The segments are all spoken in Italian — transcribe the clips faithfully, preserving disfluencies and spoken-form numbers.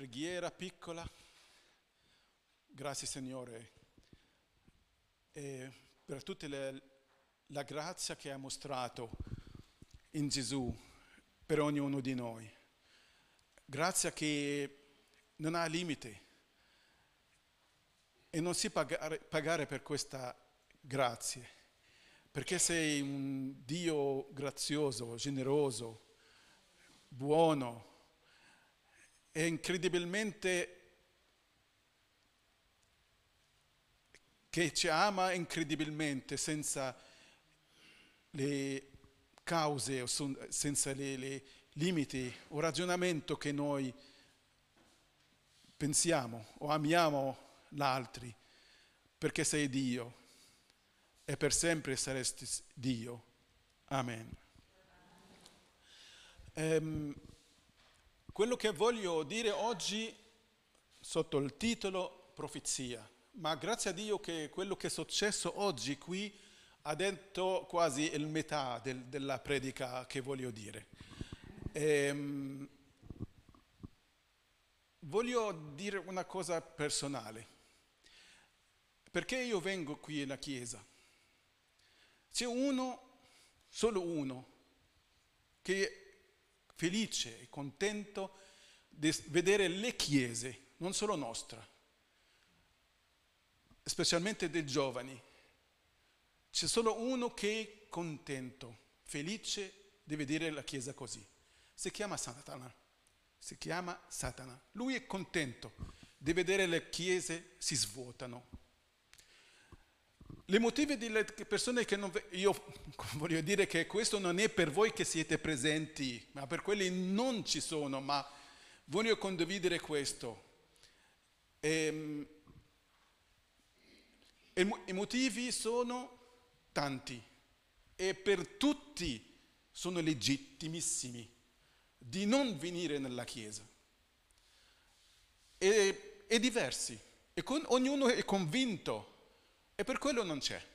preghiera piccola. Grazie Signore e per tutta le, la grazia che ha mostrato in Gesù per ognuno di noi. Grazia che non ha limite e non si può pagare, pagare per questa grazia, perché sei un Dio grazioso, generoso, buono e incredibilmente che ci ama incredibilmente senza le cause o senza i limiti o ragionamento che noi pensiamo o amiamo l'altri, perché sei Dio e per sempre saresti Dio. Amen. Ehm, quello che voglio dire oggi sotto il titolo profezia, ma grazie a Dio che quello che è successo oggi qui ha detto quasi il metà del, della predica che voglio dire. Ehm, voglio dire una cosa personale. Perché io vengo qui alla chiesa? C'è uno, solo uno, che è felice e contento di vedere le chiese, non solo nostra, specialmente dei giovani. C'è solo uno che è contento, felice di vedere la chiesa così. Si chiama Satana. Si chiama Satana. Lui è contento di vedere le chiese si svuotano. Le motivi delle persone che non... Io voglio dire che questo non è per voi che siete presenti, ma per quelli non ci sono, ma voglio condividere questo. E, e, i motivi sono tanti e per tutti sono legittimissimi di non venire nella Chiesa. E, e diversi, e con, ognuno è convinto. E per quello non c'è.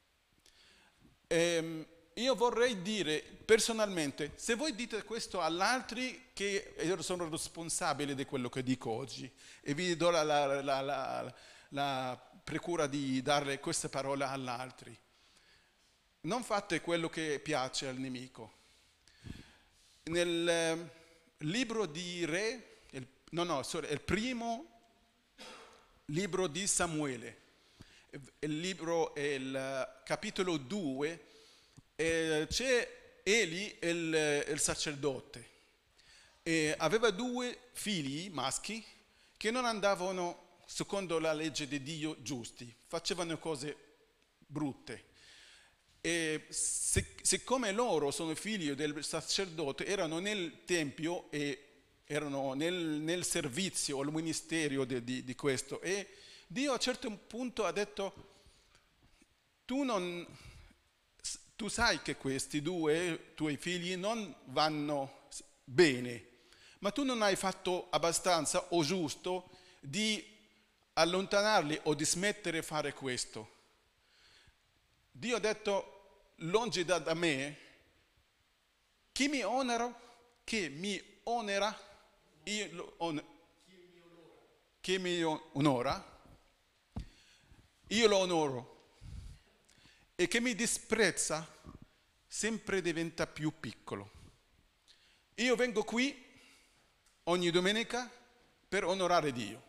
E io vorrei dire personalmente, se voi dite questo agli altri, che io sono responsabile di quello che dico oggi, e vi do la, la, la, la, la procura di dare queste parole agli altri, non fate quello che piace al nemico. Nel eh, libro di Re, il, no no, sorry, il primo libro di Samuele, il libro è il capitolo due, eh, c'è Eli, il, il sacerdote, e aveva due figli maschi che non andavano secondo la legge di Dio giusti, facevano cose brutte. E sic- siccome loro sono figli del sacerdote, erano nel tempio e erano nel, nel servizio o al ministero di, di, di questo, e Dio a un certo punto ha detto, tu, non, tu sai che questi due tuoi figli non vanno bene, ma tu non hai fatto abbastanza o giusto di allontanarli o di smettere di fare questo. Dio ha detto, lungi da, da me, chi mi onora, chi mi onora, io lo on- chi mi onora, io lo onoro, e che mi disprezza sempre diventa più piccolo. Io vengo qui ogni domenica per onorare Dio.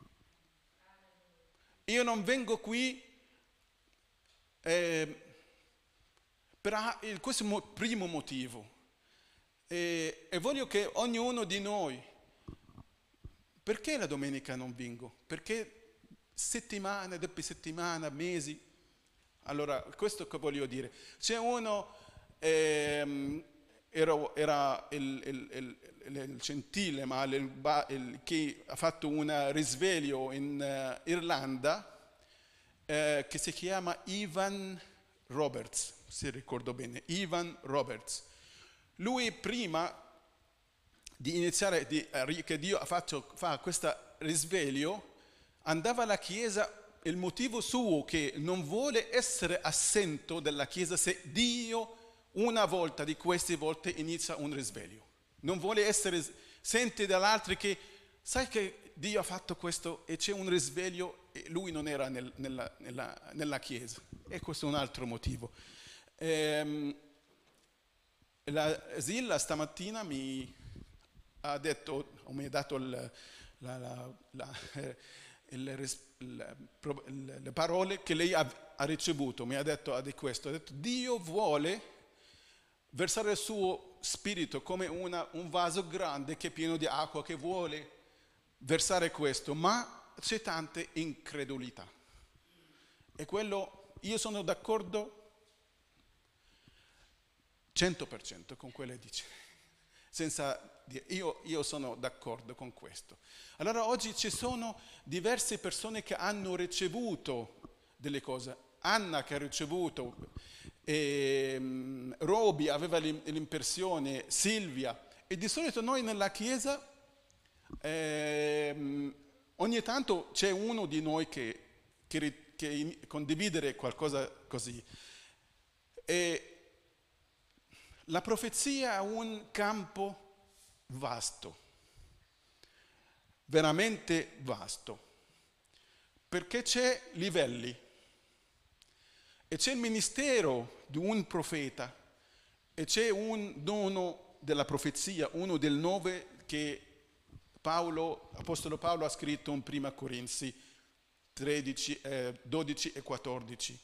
Io non vengo qui eh, per il, questo mo, primo motivo. E, e voglio che ognuno di noi, perché la domenica non vengo? Perché settimana dopo settimana, mesi. Allora, questo che voglio dire. C'è uno, ehm, era, era il, il, il, il gentile, ma il, il, che ha fatto un risveglio in uh, Irlanda, eh, che si chiama Evan Roberts, se ricordo bene, Evan Roberts. Lui prima di iniziare, di, che Dio ha fatto fa questo risveglio, andava alla chiesa, il motivo suo che non vuole essere assente dalla chiesa se Dio una volta di queste volte inizia un risveglio. Non vuole essere sente dall'altro che sai che Dio ha fatto questo e c'è un risveglio e lui non era nel, nella, nella, nella chiesa. E questo è un altro motivo. Ehm, la Zilla stamattina mi ha detto, o mi ha dato il, la, la, la, il, il, le parole che lei ha, ha ricevuto. Mi ha detto di questo, ha detto Dio vuole versare il suo spirito come una, un vaso grande che è pieno di acqua, che vuole versare questo, ma c'è tanta incredulità. E quello, io sono d'accordo cento per cento con quello che dice. Senza dire, io, io sono d'accordo con questo. Allora oggi ci sono diverse persone che hanno ricevuto delle cose. Anna che ha ricevuto, eh, Roby aveva l'impressione, Silvia. E di solito noi nella chiesa eh, ogni tanto c'è uno di noi che, che, che condivide qualcosa così. E la profezia è un campo vasto, veramente vasto, perché c'è livelli e c'è il ministero di un profeta e c'è un dono della profezia, uno del nove che Paolo, Apostolo Paolo ha scritto in Prima Corinzi tredici, eh, dodici e quattordici.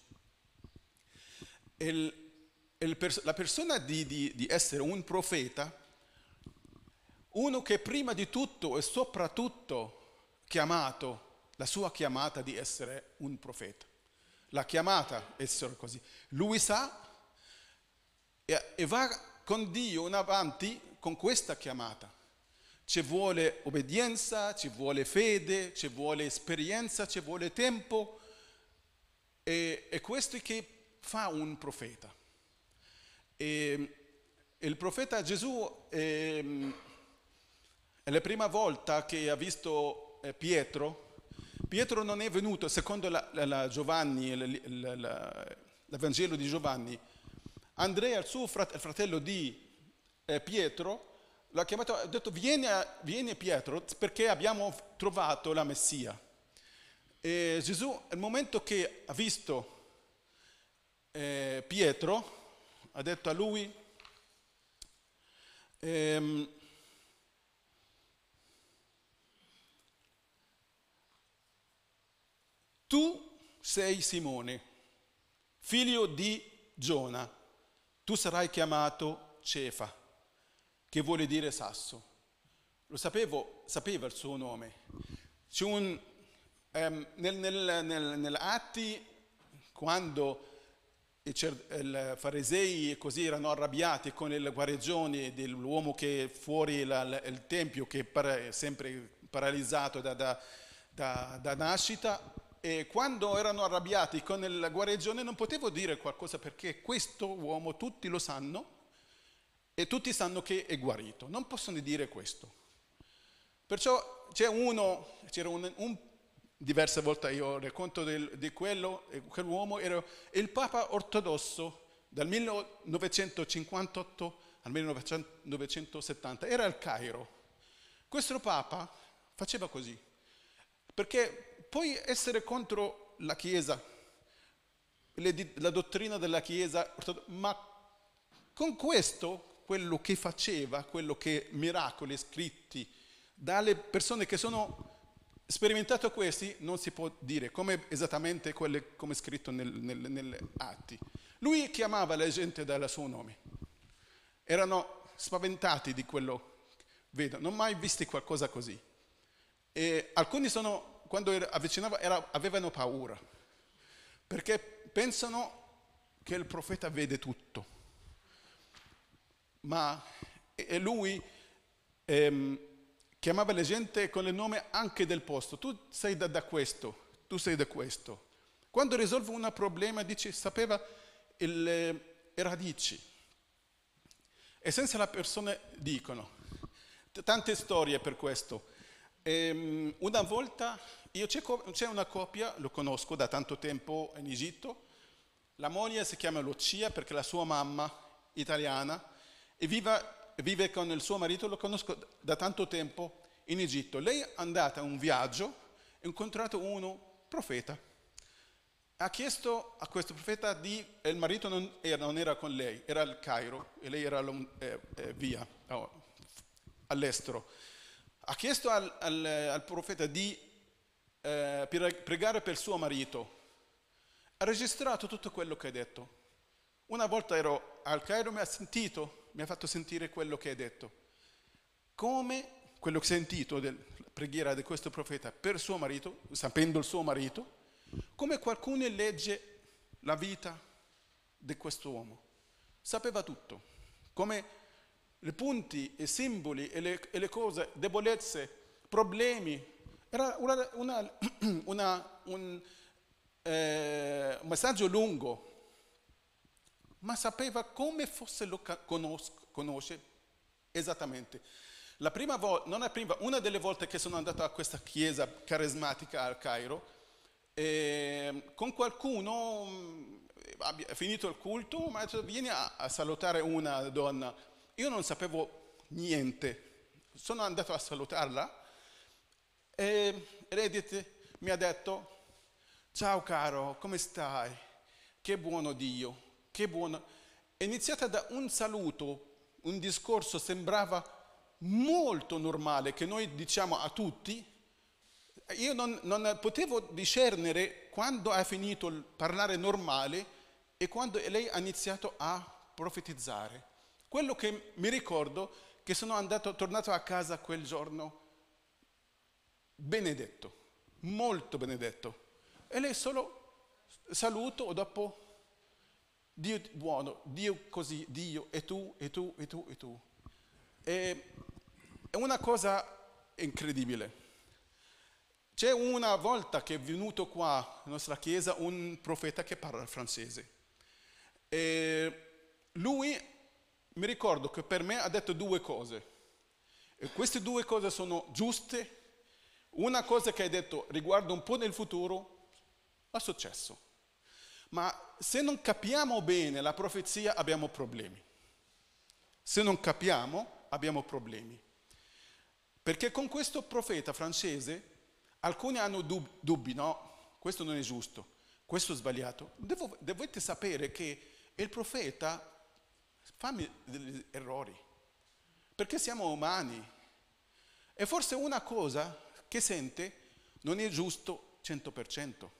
Il, il pers- la persona di, di, di essere un profeta, uno che prima di tutto e soprattutto chiamato, la sua chiamata di essere un profeta, la chiamata essere così, lui sa e, e va con Dio in avanti con questa chiamata. Ci vuole obbedienza, ci vuole fede, ci vuole esperienza, ci vuole tempo e, e questo è che fa un profeta. E il profeta Gesù eh, è la prima volta che ha visto eh, Pietro. Pietro non è venuto, secondo la, la, la Giovanni, la, la, l'Evangelo di Giovanni. Andrea, il suo frate, il fratello di eh, Pietro, l'ha chiamato, ha detto vieni, a, vieni Pietro perché abbiamo trovato la Messia. E Gesù, nel momento che ha visto eh, Pietro, ha detto a lui, ehm, tu sei Simone, figlio di Giona, tu sarai chiamato Cefa, che vuole dire sasso. Lo sapevo, sapeva il suo nome. C'è un, um, nel, nel, nel, nell'Atti, quando i farisei e così erano arrabbiati con le guarigioni dell'uomo che è fuori la, la, il tempio, che è sempre paralizzato da, da, da, da nascita, e quando erano arrabbiati con la guarigione non potevo dire qualcosa perché questo uomo tutti lo sanno e tutti sanno che è guarito, non possono dire questo. Perciò c'è uno, c'era un, un diverse volte io racconto del, di quello, quell'uomo era il Papa ortodosso dal millenovecentocinquantotto al millenovecentosettanta, era al Cairo. Questo Papa faceva così, perché puoi essere contro la Chiesa, le, la dottrina della Chiesa, ma con questo, quello che faceva, quello che miracoli scritti dalle persone che sono sperimentato questi, non si può dire come esattamente quelle, come è scritto nel, nel, nelle atti. Lui chiamava la gente dal suo nome. Erano spaventati di quello, vedo, non ho mai visto qualcosa così. E alcuni sono, quando avvicinava, era, avevano paura, perché pensano che il profeta vede tutto. Ma e lui ehm, chiamava la gente con il nome anche del posto. Tu sei da, da questo, tu sei da questo. Quando risolve un problema, dice, sapeva il, le radici. E senza la persona dicono. Tante storie per questo. E, una volta, io c'è, c'è una coppia, lo conosco da tanto tempo in Egitto. La moglie si chiama Lucia perché la sua mamma, italiana, e vive, vive con il suo marito, lo conosco da tanto tempo, in Egitto. Lei è andata a un viaggio e ha incontrato uno profeta. Ha chiesto a questo profeta di... e il marito non era, non era con lei, era al Cairo e lei era eh, eh, via, oh, all'estero. Ha chiesto al, al, al profeta di eh, pregare per suo marito. Ha registrato tutto quello che ha detto. Una volta ero al Cairo, mi ha sentito, mi ha fatto sentire quello che ha detto. Come quello che ho sentito della preghiera di questo profeta per suo marito, sapendo il suo marito, come qualcuno legge la vita di questo uomo. Sapeva tutto. Come i punti, i simboli e le, e le cose, debolezze, problemi. Era una, una, una, un... Eh, un messaggio lungo, ma sapeva come fosse lo conosce, conosce esattamente. La prima volta, non la prima, una delle volte che sono andato a questa chiesa carismatica al Cairo, eh, con qualcuno ha finito il culto, mi ha detto vieni a, a salutare una donna. Io non sapevo niente, sono andato a salutarla e lei dite, mi ha detto: ciao caro, come stai? Che buono Dio, che buono. È iniziata da un saluto, un discorso sembrava molto normale, che noi diciamo a tutti. Io non, non potevo discernere quando ha finito il parlare normale e quando lei ha iniziato a profetizzare. Quello che mi ricordo è che sono andato, tornato a casa quel giorno benedetto, molto benedetto. E lei solo saluto, dopo Dio buono, Dio così, Dio e tu, e tu, e tu, e tu. E è una cosa incredibile. C'è una volta che è venuto qua nella nostra chiesa un profeta che parla francese. E lui, mi ricordo che per me ha detto due cose. E queste due cose sono giuste. Una cosa che ha detto riguardo un po' nel futuro, è successo. Ma se non capiamo bene la profezia abbiamo problemi. Se non capiamo abbiamo problemi. Perché con questo profeta francese alcuni hanno dub- dubbi, no? Questo non è giusto, questo è sbagliato. Devo, dovete sapere che il profeta fa degli errori, perché siamo umani. E forse una cosa che sente non è giusto cento per cento.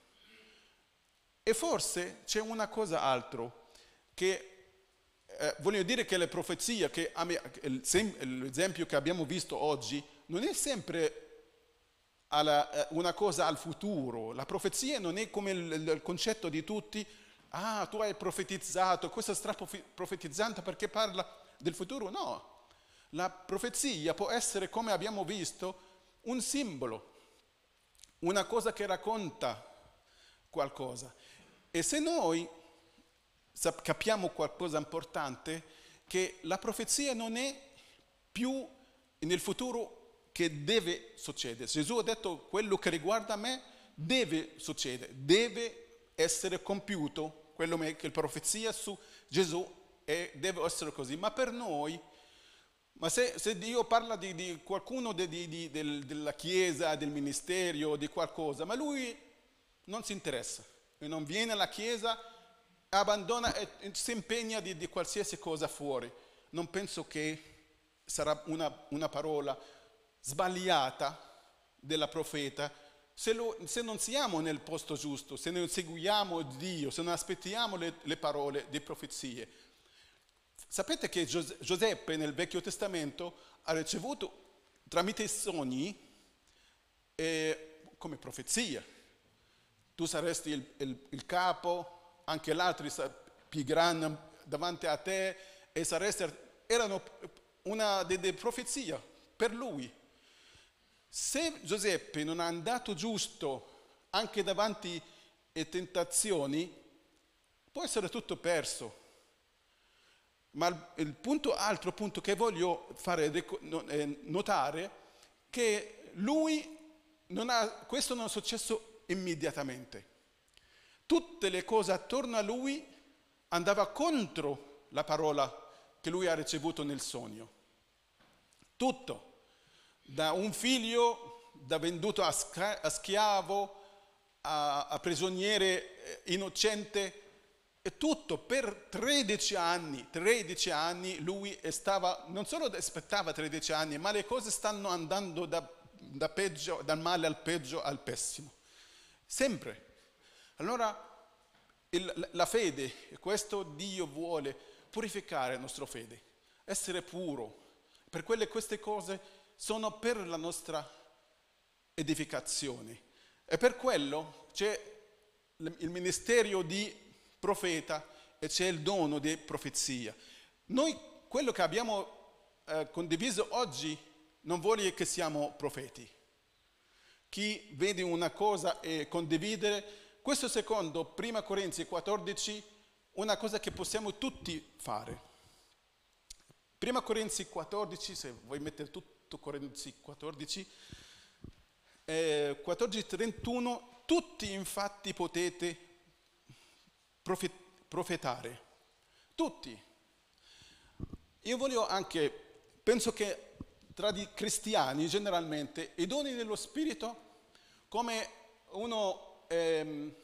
E forse c'è una cosa altro, che eh, voglio dire che le profezie, che l'esempio che abbiamo visto oggi, non è sempre alla, una cosa al futuro. La profezia non è come il, il concetto di tutti, ah, tu hai profetizzato, questo sta profetizzando perché parla del futuro. No, la profezia può essere, come abbiamo visto, un simbolo, una cosa che racconta qualcosa. E se noi capiamo qualcosa importante, che la profezia non è più nel futuro che deve succedere. Gesù ha detto quello che riguarda me deve succedere, deve essere compiuto, quello che la profezia su Gesù è, deve essere così. Ma per noi, ma se, se Dio parla di, di qualcuno di, di, di, del, della Chiesa, del ministero, di qualcosa, ma lui non si interessa. E non viene alla chiesa, abbandona e si impegna di, di qualsiasi cosa fuori. Non penso che sarà una, una parola sbagliata della profeta se, lo, se non siamo nel posto giusto, se non seguiamo Dio, se non aspettiamo le, le parole di profezie. Sapete che Gios- Giuseppe nel Vecchio Testamento ha ricevuto tramite i sogni eh, come profezia. Tu saresti il, il, il capo, anche gli altri più grandi davanti a te, e saresti, erano una delle profezie per lui. Se Giuseppe non è andato giusto anche davanti alle tentazioni, può essere tutto perso. Ma il, il punto, altro punto che voglio fare notare, che lui non ha, questo non è successo immediatamente. Tutte le cose attorno a lui andava contro la parola che lui ha ricevuto nel sogno. Tutto. da un figlio da venduto a, sca- a schiavo, a, a prigioniere eh, innocente, e tutto per tredici anni, tredici anni lui stava, non solo aspettava tredici anni, ma le cose stanno andando da, da peggio, dal male al peggio al pessimo, sempre. Allora il, la fede, questo Dio vuole purificare la nostra fede, essere puro, per quelle queste cose sono per la nostra edificazione, e per quello c'è il ministero di profeta e c'è il dono di profezia. Noi quello che abbiamo eh, condiviso oggi non vuole che siamo profeti. Chi vede una cosa e condivide, questo secondo prima Corinzi quattordici, una cosa che possiamo tutti fare. prima Corinzi quattordici, se vuoi mettere tutto Corinzi quattordici, eh, quattordici trentuno, tutti infatti potete profetare, tutti. Io voglio anche, penso che tra i cristiani generalmente i doni dello Spirito, come uno ehm,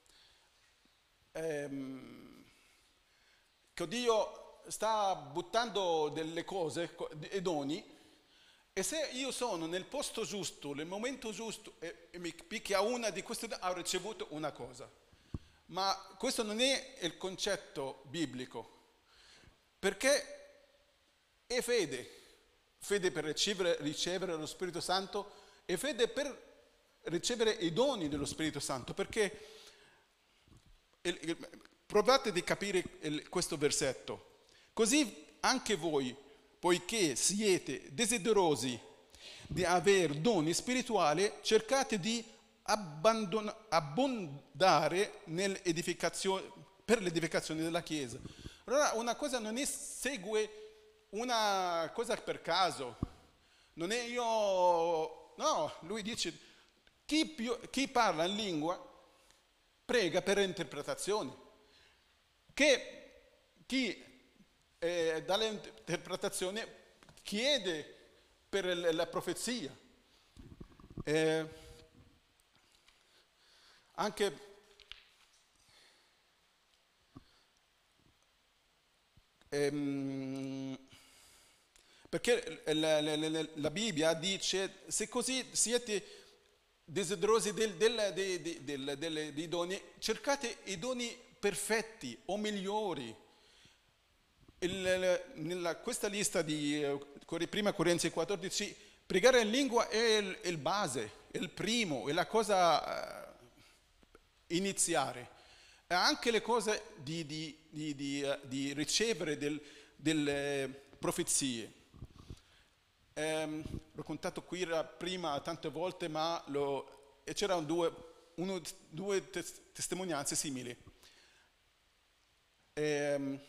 ehm, che Dio sta buttando delle cose e doni, e se io sono nel posto giusto, nel momento giusto, e, e mi picchia una di queste doni, ho ricevuto una cosa. Ma questo non è il concetto biblico, perché è fede, fede per ricevere, ricevere lo Spirito Santo e fede per ricevere i doni dello Spirito Santo, perché il, il, provate di capire il, questo versetto. Così anche voi, poiché siete desiderosi di avere doni spirituali, cercate di Abbandon- abbondare nell'edificazione, per l'edificazione della Chiesa. Allora una cosa non è segue una cosa per caso, non è io, no, lui dice chi, più, chi parla in lingua prega per interpretazione, che chi eh, dà l'interpretazione chiede per la profezia. Eh, Anche ehm, perché la, la, la, la Bibbia dice, se così siete desiderosi del, del, del, del, del, del, dei doni, cercate i doni perfetti o migliori. Il, nella, questa lista di prima Corinzi quattordici, pregare in lingua è il, il base, è il primo, è la cosa iniziare, e anche le cose di, di, di, di, uh, di ricevere del, delle profezie. Um, l'ho contato qui prima tante volte, ma lo, e c'erano due, uno, due tes, testimonianze simili. Um,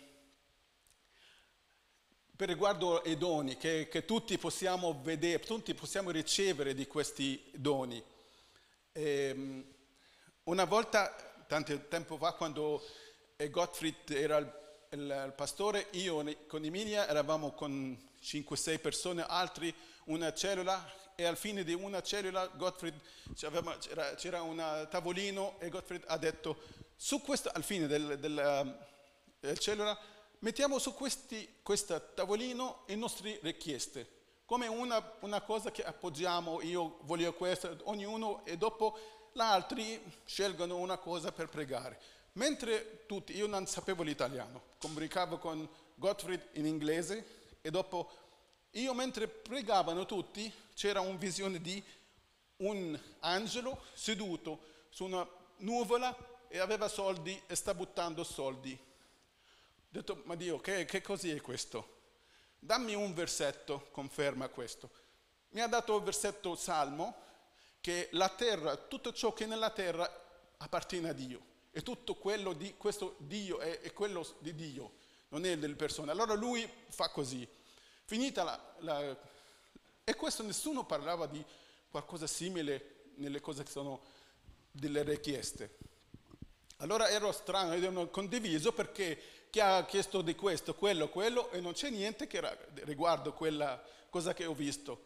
per riguardo ai doni, che, che tutti possiamo vedere, tutti possiamo ricevere di questi doni. Um, Una volta, tanto tempo fa, quando Gottfried era il, il, il pastore, io con Emilia eravamo con cinque sei persone, altri una cellula, e al fine di una cellula Gottfried, c'era, c'era un tavolino e Gottfried ha detto, su questo, al fine del, del, del cellula, mettiamo su questi, questo tavolino le nostre richieste, come una, una cosa che appoggiamo, io voglio questo, ognuno, e dopo l'altri scelgono una cosa per pregare. Mentre tutti, io non sapevo l'italiano, comunicavo con Gottfried in inglese, e dopo io mentre pregavano tutti c'era una visione di un angelo seduto su una nuvola e aveva soldi e sta buttando soldi. Ho detto, ma Dio, che, che così è questo? Dammi un versetto, conferma questo. Mi ha dato il versetto Salmo, che la terra, tutto ciò che è nella terra appartiene a Dio, e tutto quello di questo Dio è, è quello di Dio, non è delle persone. Allora lui fa così, finita la, la... e questo nessuno parlava di qualcosa simile nelle cose che sono delle richieste. Allora ero strano, io non ho condiviso, perché chi ha chiesto di questo, quello, quello, e non c'è niente che riguardo quella cosa che ho visto.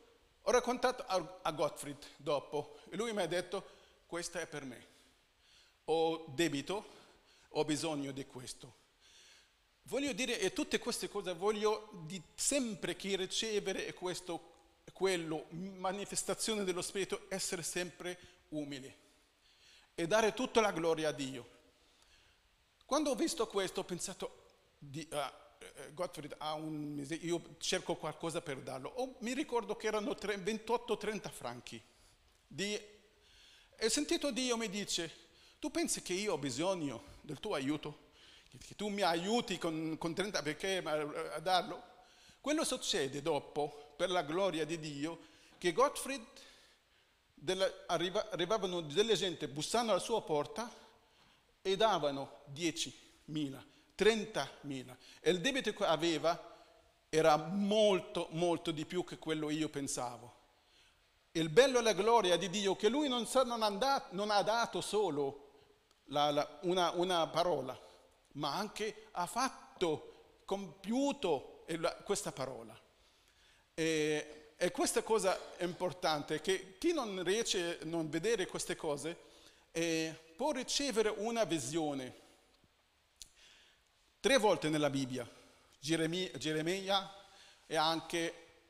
Ho raccontato a, a Gottfried dopo e lui mi ha detto, questa è per me. Ho debito, ho bisogno di questo. Voglio dire, e tutte queste cose voglio di sempre che ricevere questo, quello, manifestazione dello Spirito, essere sempre umili e dare tutta la gloria a Dio. Quando ho visto questo ho pensato, di, uh, Gottfried ha un, io cerco qualcosa per darlo. Oh, mi ricordo che erano ventotto trenta franchi. Di, e sentito Dio mi dice, tu pensi che io ho bisogno del tuo aiuto? Che tu mi aiuti con, con trenta perché a darlo? Quello succede dopo, per la gloria di Dio, che Gottfried, della, arriva, arrivavano delle gente bussando alla sua porta e davano diecimila, trentamila. E il debito che aveva era molto, molto di più che quello io pensavo. Il bello e la gloria di Dio che lui non, non, andato, non ha dato solo la, la, una, una parola, ma anche ha fatto, compiuto questa parola. E, e questa cosa è importante, che chi non riesce a non vedere queste cose eh, può ricevere una visione. Tre volte nella Bibbia, Geremia, Geremia e anche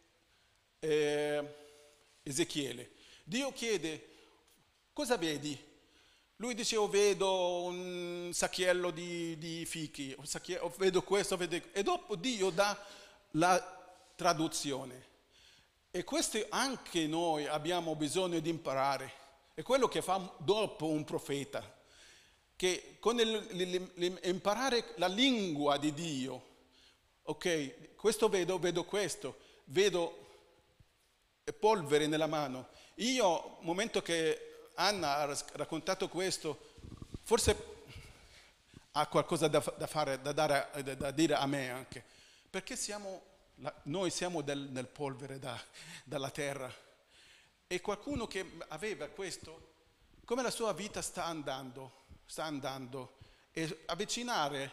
eh, Ezechiele. Dio chiede, cosa vedi? Lui dice, io vedo un sacchiello di, di fichi, un sacchiello, vedo questo, vedo... e dopo Dio dà la traduzione. E questo anche noi abbiamo bisogno di imparare. È quello che fa dopo un profeta, che con il, il, il, imparare la lingua di Dio, ok, questo vedo, vedo questo, vedo polvere nella mano. Io, nel momento che Anna ha raccontato questo, forse ha qualcosa da, da fare, da, dare, da, da dire a me anche, perché siamo, noi siamo del, del polvere da, dalla terra, e qualcuno che aveva questo, come la sua vita sta andando, sta andando, e avvicinare,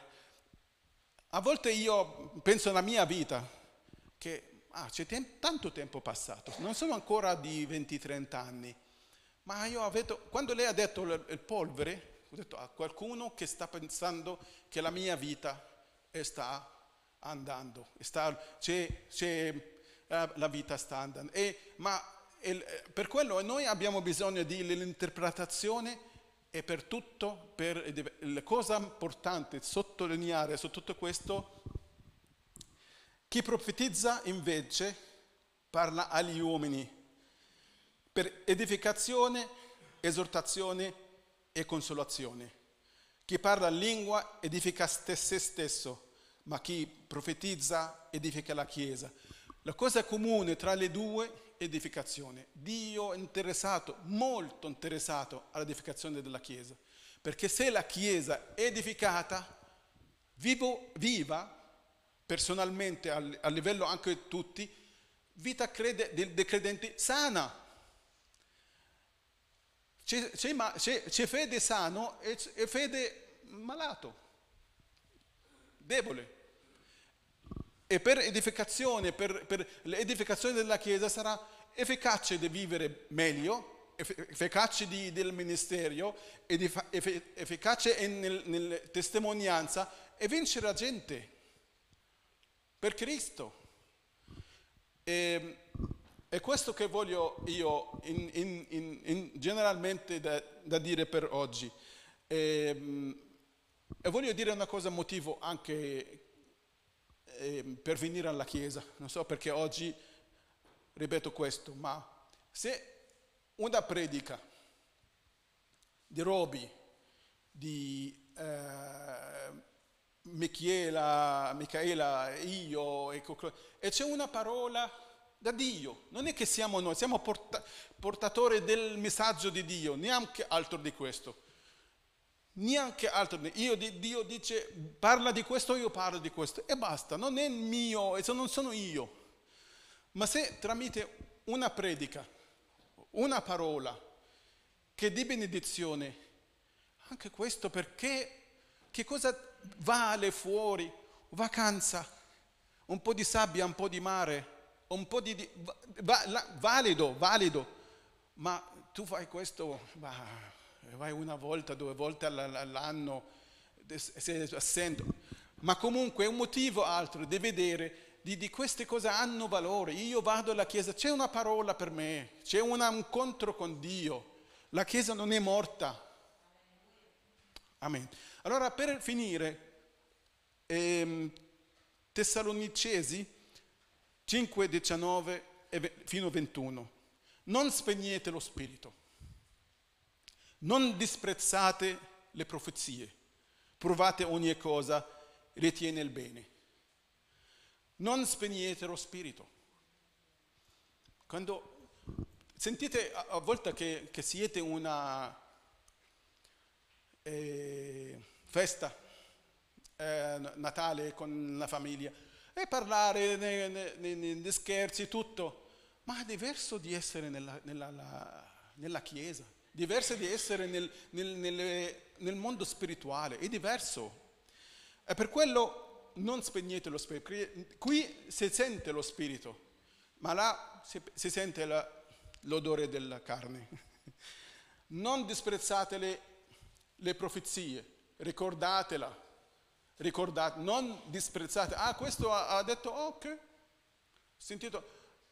a volte io penso alla mia vita, che ah, c'è tem- tanto tempo passato, non sono ancora di venti trenta anni, ma io ho detto, quando lei ha detto il, il polvere, ho detto a qualcuno che sta pensando che la mia vita sta andando, sta, c'è, c'è, la vita sta andando. E, ma il, per quello noi abbiamo bisogno di l'interpretazione e per tutto, per la cosa importante, sottolineare su tutto questo, chi profetizza invece parla agli uomini, per edificazione, esortazione e consolazione. Chi parla lingua edifica se stesso, ma chi profetizza edifica la Chiesa. La cosa comune tra le due è edificazione. Dio è interessato, molto interessato all'edificazione della Chiesa, perché se la Chiesa è edificata, vivo, viva, personalmente, a livello anche di tutti, vita crede, dei credenti sana. C'è, c'è, c'è, c'è fede sano e c'è fede malato, debole. E per edificazione, per, per l'edificazione della Chiesa sarà efficace di vivere meglio, efficace di, del ministero, efficace nel, nella testimonianza e vincere la gente per Cristo. E, È questo che voglio io in, in, in, in generalmente da, da dire per oggi. E, e voglio dire una cosa, motivo anche eh, per venire alla Chiesa. Non so perché oggi ripeto questo, ma se una predica di Roby, di eh, Michela, Michaela, io, e, e c'è una parola da Dio, non è che siamo noi, siamo porta- portatori del messaggio di Dio, neanche altro di questo, neanche altro. Io, Dio dice, parla di questo, io parlo di questo, e basta, non è mio, non sono io. Ma se tramite una predica, una parola, che di benedizione, anche questo perché, che cosa vale fuori? Vacanza, un po' di sabbia, un po' di mare, un po' di, di va, la, valido, valido, ma tu fai questo, bah, vai una volta, due volte all'anno, sei assente, ma comunque è un motivo altro di vedere di, di queste cose hanno valore. Io vado alla chiesa, c'è una parola per me, c'è un incontro con Dio, la chiesa non è morta. Amen. Allora, per finire, ehm, Tessalonicesi cinque, diciannove fino a ventuno. Non spegnete lo spirito, non disprezzate le profezie, provate ogni cosa, ritiene il bene. Non spegnete lo spirito. Quando sentite a, a volte che, che siete una eh, festa eh, Natale con la famiglia e parlare negli scherzi, tutto, ma è diverso di essere nella, nella, la, nella chiesa, diverso di essere nel, nel, nel, nel mondo spirituale, è diverso. E per quello non spegnete lo spirito. Qui si sente lo spirito, ma là si, si sente la, l'odore della carne. Non disprezzate le, le profezie, ricordatela. Ricordate, non disprezzate. Ah, questo ha, ha detto, oh, ok, sentito,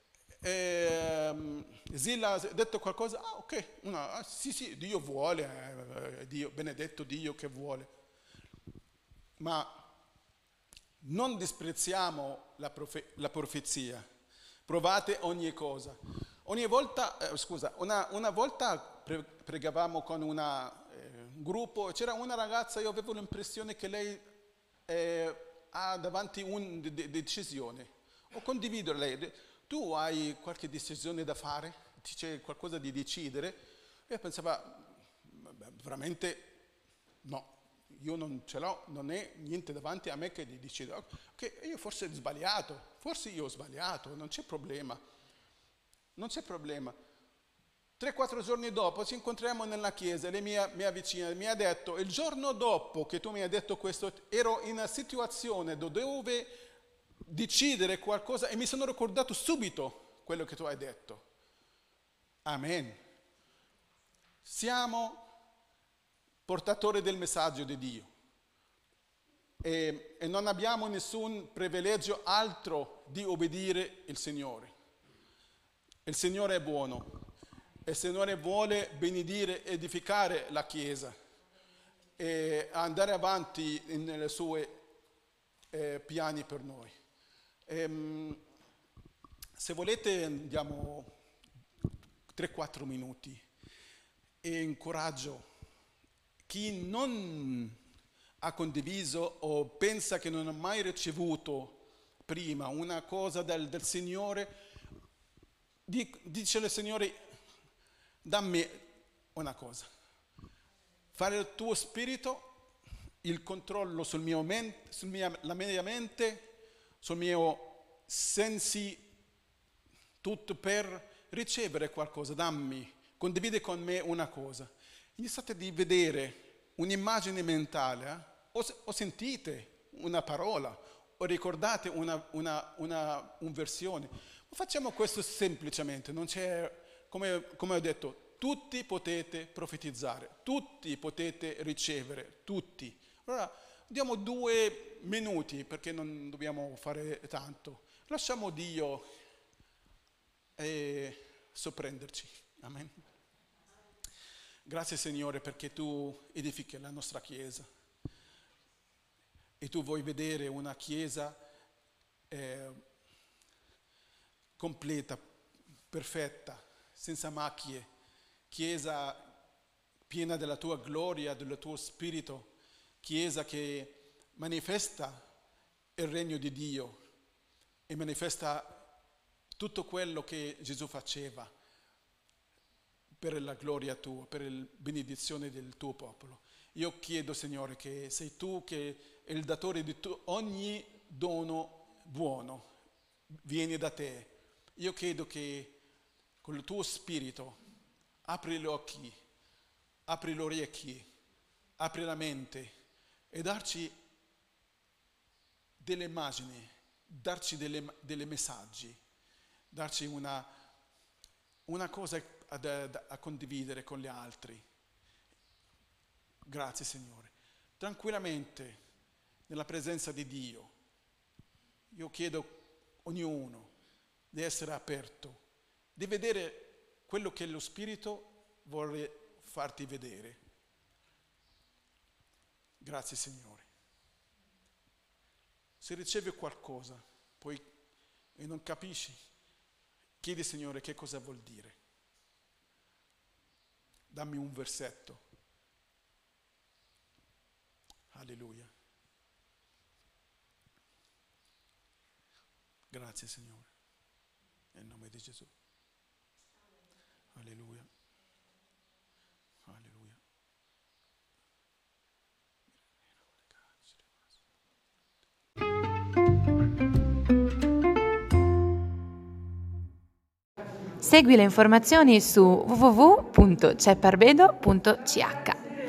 eh, Zilla ha detto qualcosa, ah, ok, una, ah, sì, sì, Dio vuole, eh, Dio, benedetto Dio che vuole. Ma non disprezziamo la, profe- la profezia, provate ogni cosa. Ogni volta, eh, scusa, una, una volta pre- pregavamo con una, eh, un gruppo, c'era una ragazza, io avevo l'impressione che lei Eh, ha davanti una de- de- decisione o condividere lei, tu hai qualche decisione da fare, c'è qualcosa di decidere, e io pensavo veramente no, io non ce l'ho, non è niente davanti a me che di decidere, ok, io forse ho sbagliato, forse io ho sbagliato, non c'è problema, non c'è problema. Tre, quattro giorni dopo ci incontriamo nella chiesa e lei mi, mi avvicina e mi ha detto, il giorno dopo che tu mi hai detto questo, ero in una situazione dove decidere qualcosa e mi sono ricordato subito quello che tu hai detto. Amen. Siamo portatori del messaggio di Dio e, e non abbiamo nessun privilegio altro di obbedire il Signore. Il Signore è buono. Il Signore vuole benedire, edificare la Chiesa e andare avanti nei suoi eh, piani per noi. E, se volete andiamo tre quattro minuti e incoraggio chi non ha condiviso o pensa che non ha mai ricevuto prima una cosa del, del Signore, dice il Signore, dammi una cosa, fare il tuo spirito, il controllo sul mio mente, sul mia, la mia mente, sul mio sensi, tutto per ricevere qualcosa, dammi, condivide con me una cosa. Iniziate di vedere un'immagine mentale, eh? o, o sentite una parola, o ricordate una, una, una, una versione. Ma facciamo questo semplicemente, non c'è... Come, come ho detto, tutti potete profetizzare, tutti potete ricevere, tutti. Allora, diamo due minuti perché non dobbiamo fare tanto. Lasciamo Dio eh, sorprenderci. Amen. Grazie Signore perché tu edifichi la nostra Chiesa e tu vuoi vedere una Chiesa eh, completa, perfetta, senza macchie, Chiesa piena della tua gloria, del tuo spirito, Chiesa che manifesta il regno di Dio e manifesta tutto quello che Gesù faceva per la gloria tua, per la benedizione del tuo popolo. Io chiedo, Signore, che sei tu che è il datore di tu, ogni dono buono viene da te. Io chiedo che con il tuo spirito apri gli occhi, apri le orecchie, apri la mente e darci delle immagini, darci delle, delle messaggi darci una, una cosa a, a, a condividere con gli altri. Grazie Signore. Tranquillamente, nella presenza di Dio, io chiedo a ognuno di essere aperto, di vedere quello che lo Spirito vuole farti vedere. Grazie Signore. Se ricevi qualcosa poi e non capisci, chiedi Signore che cosa vuol dire. Dammi un versetto. Alleluia. Grazie Signore. Nel nome di Gesù. Alleluia. Alleluia. Segui le informazioni su w w w punto cepparbedo punto c h.